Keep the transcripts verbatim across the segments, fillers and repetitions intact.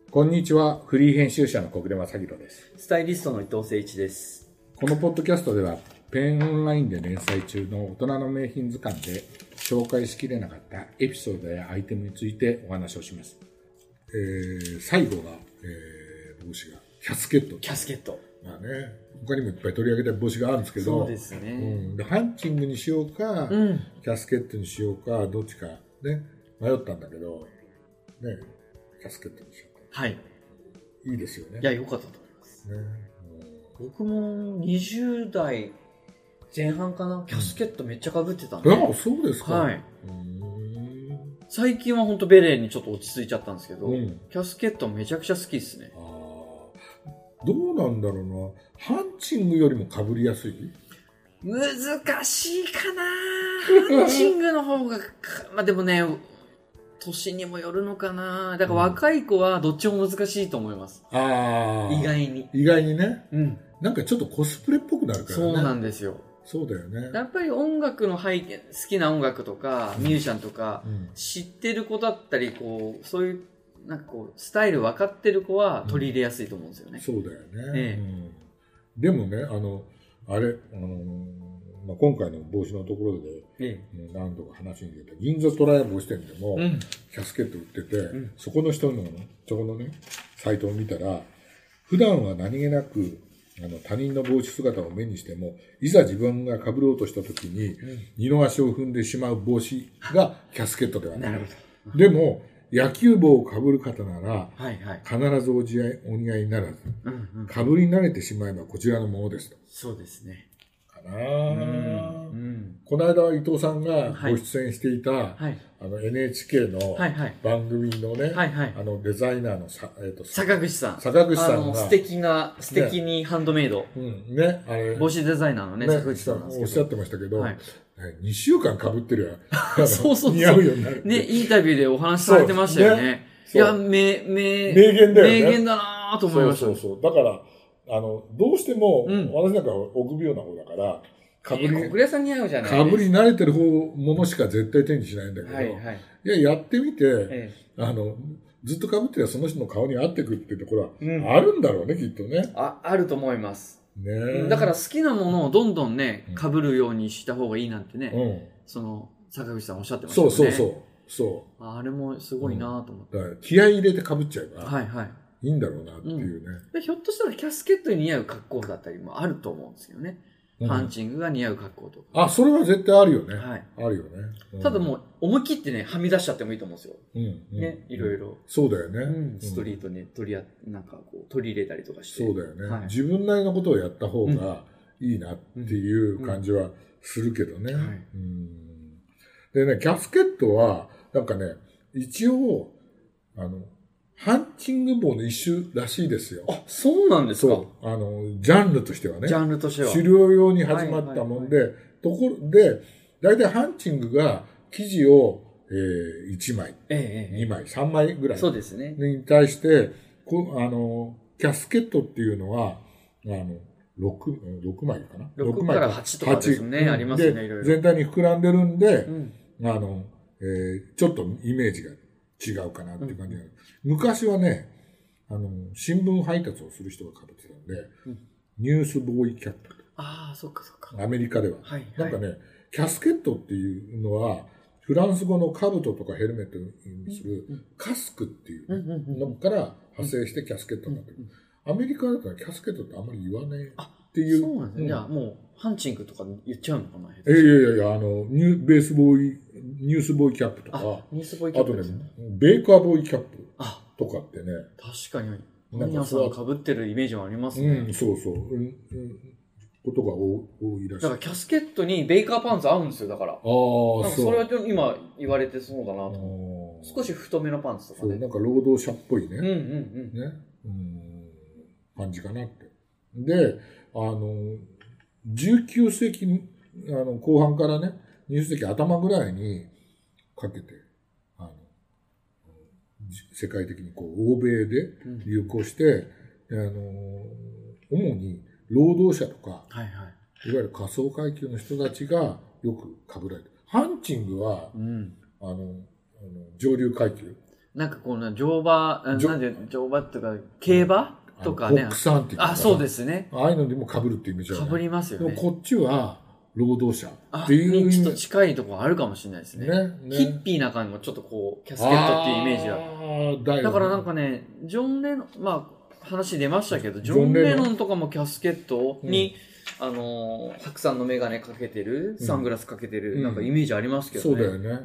こんにちは。フリー編集者の小暮正弘です。 スタイリストの伊藤誠一です。 このポッドキャストでは、ペンオンラインで連載中の大人の名品図鑑で紹介しきれなかったエピソードやアイテムについてお話をします。えー、最後が、えー、帽子がキャスケット。 キャスケット。 まあね、他にもいっぱい取り上げた帽子があるんですけど、 そうですね。 うん、でハンチングにしようか、うん、キャスケットにしようか、どっちかね、迷ったんだけど、ね、キャスケットにしようか。 はい。 いいですよね。 いや、良かったと思います。ね、僕もにじゅう代前半かな、キャスケットめっちゃ被ってたんで。 ああ、そうですか。 はい。最近は本当ベレーにちょっと落ち着いちゃったんですけど、うん、キャスケットめちゃくちゃ好きですね。 あ、どうなんだろうな。ハンチングよりも被りやすい？ 難しいかな。ハンチングの方が、まあでもね、年にもよるのかな。だから若い子はどっちも難しいと思います。ああ。意外に。 意外にね。 うん。 なんかちょっとコスプレっぽくなるからね。 そうなんですよ。 そうだよね。 やっぱり音楽の背景、好きな音楽とか、ミュージシャンとか、うん、知ってる子だったり、こう、そういう、なんかこう、スタイル分かってる子は取り入れやすいと思うんですよね。 うん、そうだよね。ええ、うん。でもね、あの、あれ、あのまあ、今回の帽子のところで、ええ、何度か話に出た銀座トライアル帽子店でも、うん、キャスケット売ってて、うん、そこの人のそこのねサイトを見たら、普段は何気なくあの他人の帽子姿を目にしても、いざ自分が被ろうとした時に、うん、二の足を踏んでしまう帽子がキャスケットではない。なるほど。でも野球帽を被る方なら、はいはい、必ずお似合い、お似合いにならず、うんうん、被り慣れてしまえばこちらのものですと。 そうですね。 かな、うんうん、この間伊藤さんがご出演していた、はい、あの エヌエイチケー の番組のね、はいはい、あのデザイナーのさ、えー、と坂口さん坂口さんが素敵な素敵にハンドメイド、ね、うんね、あれ帽子デザイナーのね、ね、坂口さんなんですけど、 おっしゃってましたけど、はい、にしゅうかん被ってるやそうそうそう似合うようになるね、インタビューでお話しされてましたよね。ね、いや名名名言だよね。 名言だなと思いました。 そうそうそう。だからあのどうしても、うん、私なんか臆病な方だから。 かぶり、小暮さん似合うじゃないですか。 かぶり慣れてる方ものしか絶対手にしないんだけど、はいはい、いや、やってみて、ええ、あの、ずっとかぶってりゃその人の顔に合ってくっていうところはあるんだろうね、うん、きっとね。 あ、あると思います。ね、だから好きなものをどんどんね、かぶるようにした方がいいなんてね、うん、その、坂口さんおっしゃってましたね。 そうそうそう。そう。 あれもすごいなと思って。 うん、だから気合い入れてかぶっちゃえば、 はいはい。 いいんだろうなっていうね、 うん、で。ひょっとしたらキャスケットに似合う格好だったりもあると思うんですよね。ハンチングが似合う格好とか。 あ、それは絶対あるよね。はい。あるよね。 うん、ただもう、思い切ってね、はみ出しちゃってもいいと思うんですよ。うん。うん、ね、いろいろ。 そうだよね。 うん。ストリートに取りあ、なんかこう、取り入れたりとかして。 そうだよね。はい、自分なりのことをやった方がいいなっていう感じはするけどね。うん。はい、うん。でね、キャスケットは、なんかね、一応、あの、ハンチング帽の一種らしいですよ。 あ、そうなんですか。 そう。あの、ジャンルとしてはね。 ジャンルとしては。 狩猟用に始まったもんで、はいはいはい、ところで、だいたいハンチングが生地を、えー、いちまい、ええ、にまい、さんまいぐらい。 そうですね。 に対して、こあの、キャスケットっていうのは、あの、6、6枚かな ? ろく からはちとかですね。ありますね、いろいろ。 全体に膨らんでるんで、うん、あの、えー、ちょっとイメージが違うかなっていう感じが、うん、昔はね、あの、新聞配達をする人が被ってたんで、うん、ニュースボーイキャップ。 ああ、そっかそっか。 アメリカでは。はい、なんかね、キャスケットっていうのは、フランス語の兜とかヘルメットにするカスクっていうのから派生してキャスケットになってる。アメリカだとキャスケットってあんまり言わないっていう。 そうなんですね。じゃあもう、ハンチングとか言っちゃうのかな。 いやいやいや、あの、ニューベースボーイ、ニュースボーイキャップとか、 ニュースボーイキャップ、 ね、あとね、ベーカーボーイキャップとかってね。 確かに。皆さん被ってるイメージはありますね。 うん、そうそう。うんうん、ことが多いらしい。 だからキャスケットにベーカーパンツ合うんですよ、だから。ああ、そう。それは今言われてそうだなと。少し太めのパンツとかね。 そう、なんか労働者っぽいね。うんうんうん。ね。うん、感じかなって。で、あの、じゅうきゅうせいきあの後半からね、にじゅっせいき頭ぐらいにかけて、あの世界的にこう欧米で流行して、うん、あの主に労働者とか、はいはい、いわゆる仮想階級の人たちがよく被られてる。ハンチングは、うん、あのあの上流階級なんかこの乗馬、なんで乗馬とか、競馬とかね。 国産っていうか。 あ、そうですね。 ああいうのでも被るっていうイメージある、 ね。被りますよね。 でもこっちは、労働者っていう。 ちょっと近いところあるかもしれないですね。ねねヒッピーな感じもちょっとこう、キャスケットっていうイメージが。だ, ね、だからなんかね、ジョン・レノン、まあ、話出ましたけど、ジョン・レノンとかもキャスケットに、うん、あの、白山のメガネかけてる、サングラスかけてる、うん、なんかイメージありますけどね。 そうだよね。うん。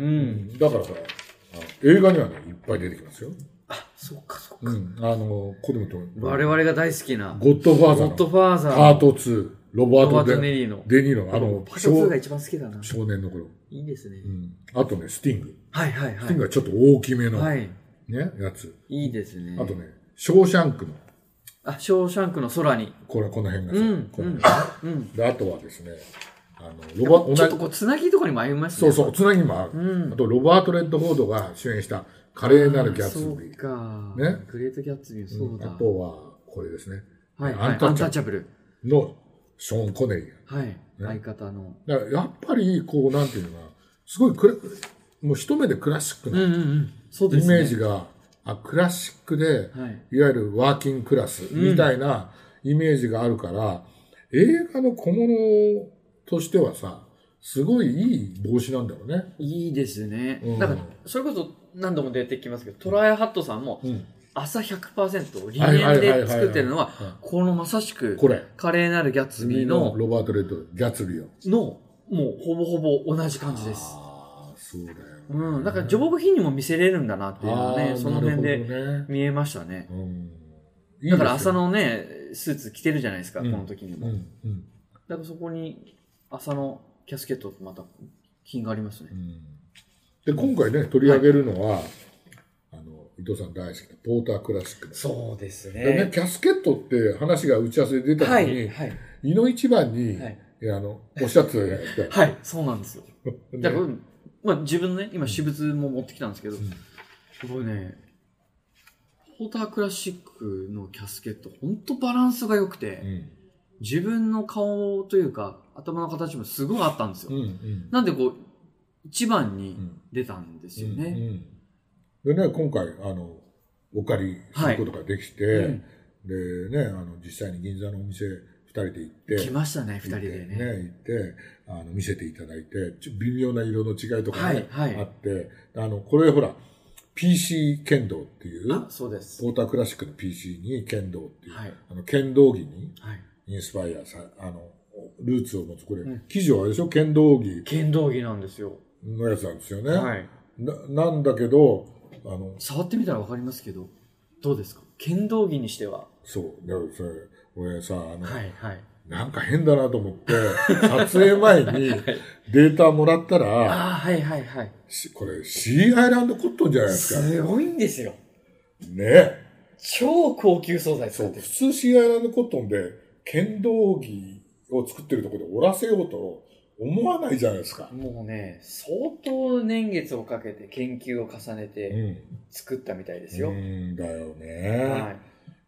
だからさ、映画にはね、いっぱい出てきますよ。 あ、そうかそうか。 うん。あの、子供と。 我々が大好きな。 ゴッドファーザー。 ゴッドファーザー。 パートツー。ロバート・ロバートネリーの。 デニーの、あの、 パートツーが一番好きだな。 少年の頃。 いいですね。 うん。あとね、スティング。 はいはいはい。 スティングはちょっと大きめの。 はい。 ね、やつ。 いいですね。 あとね、ショーシャンクの。 あ、ショーシャンクの空に。 これ、この辺がさ。 うん。 この辺うん。 で、あとはですね、あの、ロバ、ちょっとこう、つなぎとかにもありますね。そうそう、つなぎもある。うん。あと、ロバート・レッドフォードが主演した、華麗なるギャツビー。 そうか。 ね。 グレート・ギャッツビー、そうだ。 あとは、これですね。 はい、アンタッチャブル。 の、ショーン・コネリー。 はい。相方の。 だからやっぱり、こう、なんていうのかな、すごいクラ、もう一目でクラシックなイメージが、あ、クラシックで、はい、いわゆるワーキングクラスみたいなイメージがあるから、うん、映画の小物としてはさ、すごいいい帽子なんだよね。 いいですね。うん、だから、それこそ何度も出てきますけど、トライハットさんも、うん朝 ひゃくパーセント リネンで作ってるのは、このまさしく、これ。華麗なるギャッツビーの、 ロバート・レッド、ギャッツビーを。 の、もうほぼほぼ同じ感じです。 ああ、そうだよ、ね。 うん。だから上部品にも見せれるんだなっていうのはね、その辺で見えましたね。うん、いいだから朝のね、スーツ着てるじゃないですか、うん、この時にも。うんうん、だからそこに朝のキャスケットとまた品がありますね。 うん、で、今回ね、取り上げるのは、はい伊藤さん大好きなポータークラシック。 そうですね。 ね、キャスケットって話が打ち合わせで出た時に、はいはい、井の一番に、はい、あの、おっしゃってたじゃないですか。 はい、そうなんですよ。ね、だから、まあ自分のね、今私物も持ってきたんですけど、すごいね、ポータークラシックのキャスケット、本当バランスが良くて、うん、自分の顔というか、頭の形もすごいあったんですよ。うんうん、なんでこう、一番に出たんですよね。うんうんうんでね、今回、あの、お借りすることができて、はいうん、でね、あの、実際に銀座のお店二人で行って。 来ましたね、二人でね。 ね、行って、あの、見せていただいて、ちょっと微妙な色の違いとかね、はいはい、あって、あの、これほら、ピーシー 剣道っていう、 あ、そうです。 ポータークラシックの ピーシー に剣道っていう、はい、あの、剣道着に、インスパイアさ、あの、ルーツを持つ、これ、うん、生地はあれでしょ剣道着。 剣道着なんですよ。 のやつなんですよね。 はい。 な、なんだけど、 あの触ってみたらわかりますけど、どうですか剣道着にしては。 そう。だからそれ、俺さ、あの、 はいはい、 なんか変だなと思って、撮影前にデータもらったら、 ああ、はいはいはい。 これ、シーアイランドコットンじゃないですか。 すごいんですよ。 ね超高級素材使ってる。そう、普通シーアイランドコットンで、剣道着を作ってるところで折らせようと、思わないじゃないですか。 もうね、相当年月をかけて研究を重ねて作ったみたいですよ。 うん、うんだよね。はい。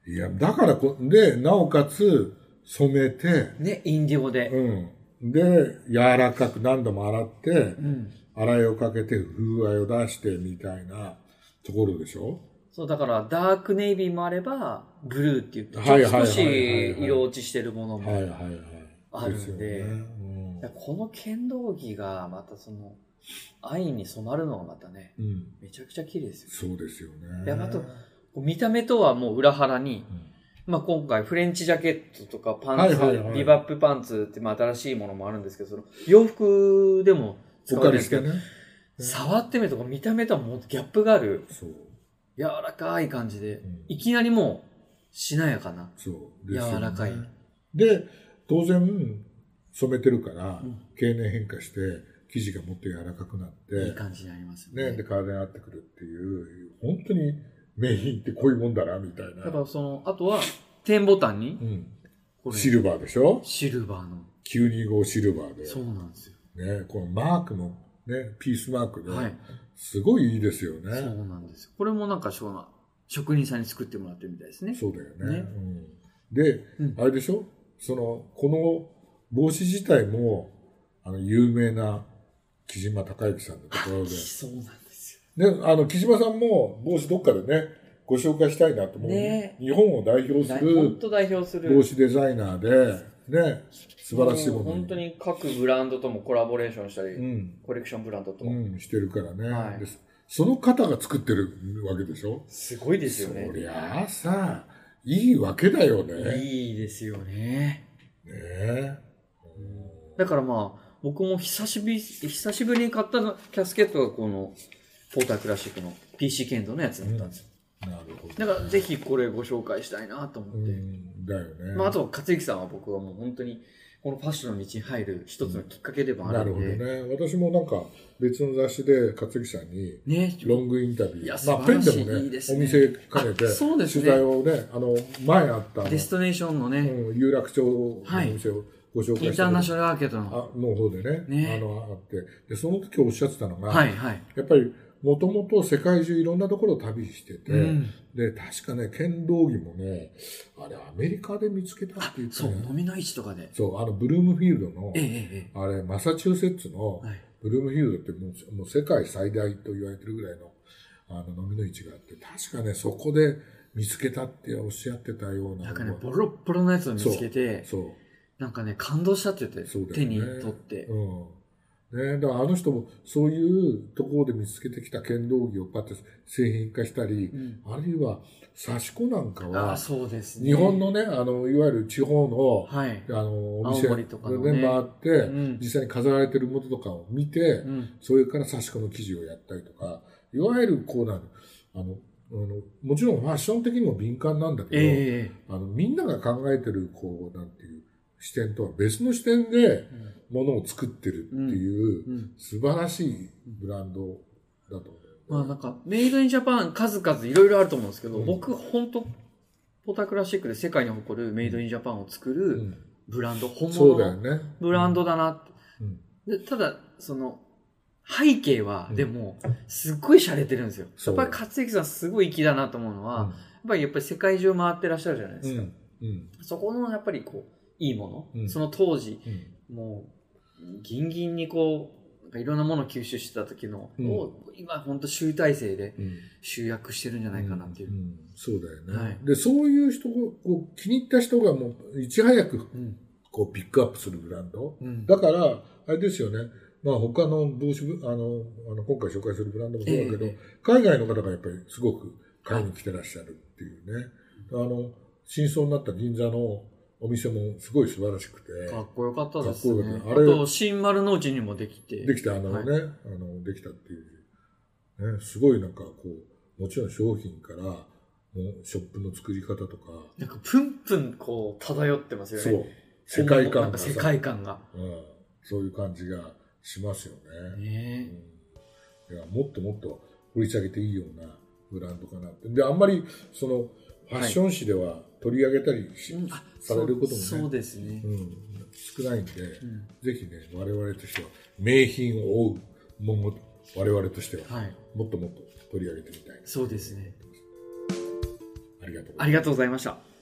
いや、だからこ、で、なおかつ染めて。 ね、インディゴで。 うん。で、柔らかく何度も洗って、うん、洗いをかけて風合いを出してみたいなところでしょ？ そう、だからダークネイビーもあれば、ブルーって言って、ちょっと少し色落ちしてるものもあるんで、この剣道着がまたその愛に染まるのがまたね、うん、めちゃくちゃ綺麗ですよ、ね。そうですよね。 で、あと見た目とはもう裏腹に、うん、まあ今回フレンチジャケットとかパンツ、はいはいはい、ビバップパンツってまあ新しいものもあるんですけど、その洋服でも使われるんですけど、ね、触ってみると見た目とはもうギャップがある、そう柔らかい感じで、うん、いきなりもうしなやかな、そうですよね、柔らかい。 で、当然染めてるから、うん、経年変化して、生地がもっと柔らかくなって、 いい感じになりますね。 ね、で、体に合ってくるっていう、本当に名品ってこういうもんだな、みたいな。 だからその、あとは、点ボタンに、 うん、シルバーでしょ？ シルバーの。 きゅうにごシルバーで。 そうなんですよ。 ね、このマークの、ね、ピースマークで、はい、すごいいいですよね。 そうなんですよ。これもなんか、職人さんに作ってもらってるみたいですね。 そうだよね。ね、うん、で、うん、あれでしょ？その、この帽子自体も、あの、有名な木島隆之さんのところで。 そうなんですね、あの、木島さんも帽子どっかでね、ご紹介したいなと思う。ね、日本を代表する帽子デザイナーで、ね、素晴らしいもの。 本当に各ブランドともコラボレーションしたり、うん、コレクションブランドとも、 うん、してるからね、はい、で。その方が作ってるわけでしょ。 すごいですよね。 そりゃあさ、いいわけだよね。 いいですよね。 ねえ。 だからまあ、僕も久しぶり、久しぶりに買ったキャスケットがこの、ポータークラシックの ピーシー ケンドのやつだったんですよ。 うん、なるほど、ね。 だからぜひこれご紹介したいなと思って。うん、 だよね。 まああと、勝之さんは僕はもう本当に、このファッションの道に入る一つのきっかけでもあるので、うん、 なるほどね。私もなんか別の雑誌で勝之さんにロングインタビュー、 ね、 まあペンでもね、いいですね、お店兼ねて取材をね、あの前あったデスティネーションのね、 うん、有楽町のお店をご紹介して、はい、 インターナショナルアーケードのの方でね、ね、あのあってでその時おっしゃってたのが、 はいはい、 やっぱりもともと世界中いろんなところを旅してて、うん、で、確かね、剣道着もね、あれアメリカで見つけたって言って、ね、 そう、飲みの市とかで。 そう、あの、ブルームフィールドの、 ええええ、 あれ、マサチューセッツの、ブルームフィールドってもう、もう世界最大と言われてるぐらいの、あの、飲みの市があって、確かね、そこで見つけたっておっしゃってたような。 なんかね、ボロッボロのやつを見つけて、 そう。そうなんかね、感動しちゃってて、ね、手に取って。 うん。ね、だからあの人もそういうところで見つけてきた剣道着をパッと製品化したり、うん、あるいは刺し子なんかは、 そうですね、 日本のね、あの、いわゆる地方の、はい、あの、お店で、ね、回って、うん、実際に飾られてるものとかを見て、うん、それから刺し子の生地をやったりとか、いわゆるこうなる、あの、あのもちろんファッション的にも敏感なんだけど、えー、あのみんなが考えてる、こう、なんていう視点とは別の視点で、うんものを作ってるっていう素晴らしいブランドだと思う。 まあなんか、メイドインジャパン数々いろいろあると思うんですけど、うん、僕本当ポータークラシックで世界に誇るメイドインジャパンを作るブランド、うん、本物のブランドだなって。うん、でただ、その、背景は、でも、すっごい洒落てるんですよ。やっぱり勝之さんすごい粋だなと思うのは、やっぱりやっぱり世界中回ってらっしゃるじゃないですか。そこのやっぱりこう、いいもの、その当時、もう、ギンギンにこう、いろんなものを吸収してた時の、うん、今本当集大成で集約してるんじゃないかなっていう。うんうん、 そうだよね、はい。で、そういう人を、こう気に入った人がもういち早くこうピックアップするブランド。うん、だから、あれですよね。まあ他の帽子、あの、あの今回紹介するブランドもそうだけど、えー、海外の方がやっぱりすごく買いに来てらっしゃるっていうね。あの、新装になった銀座のお店もすごい素晴らしくて。 かっこよかったですね。かっこよかった。あれ、あと、新丸の内にもできて。 できた、あのね、はい、あの、できたっていう。ね、すごいなんかこう、もちろん商品から、もうショップの作り方とか。 なんか、プンプンこう、漂ってますよね。 そう。世界観が。世界観が。 うん。そういう感じがしますよね。ねえ、うん。いや、もっともっと掘り下げていいようなブランドかなって。で、あんまり、その、ファッション誌では取り上げたりし、はい、されることもね、 そうですね、 うん、少ないんで、うん、ぜひね、我々としては名品を追うもの、我々としては、はい、もっともっと取り上げてみたいな。 そうですね。 ありがとうございました。 ありがとうございました。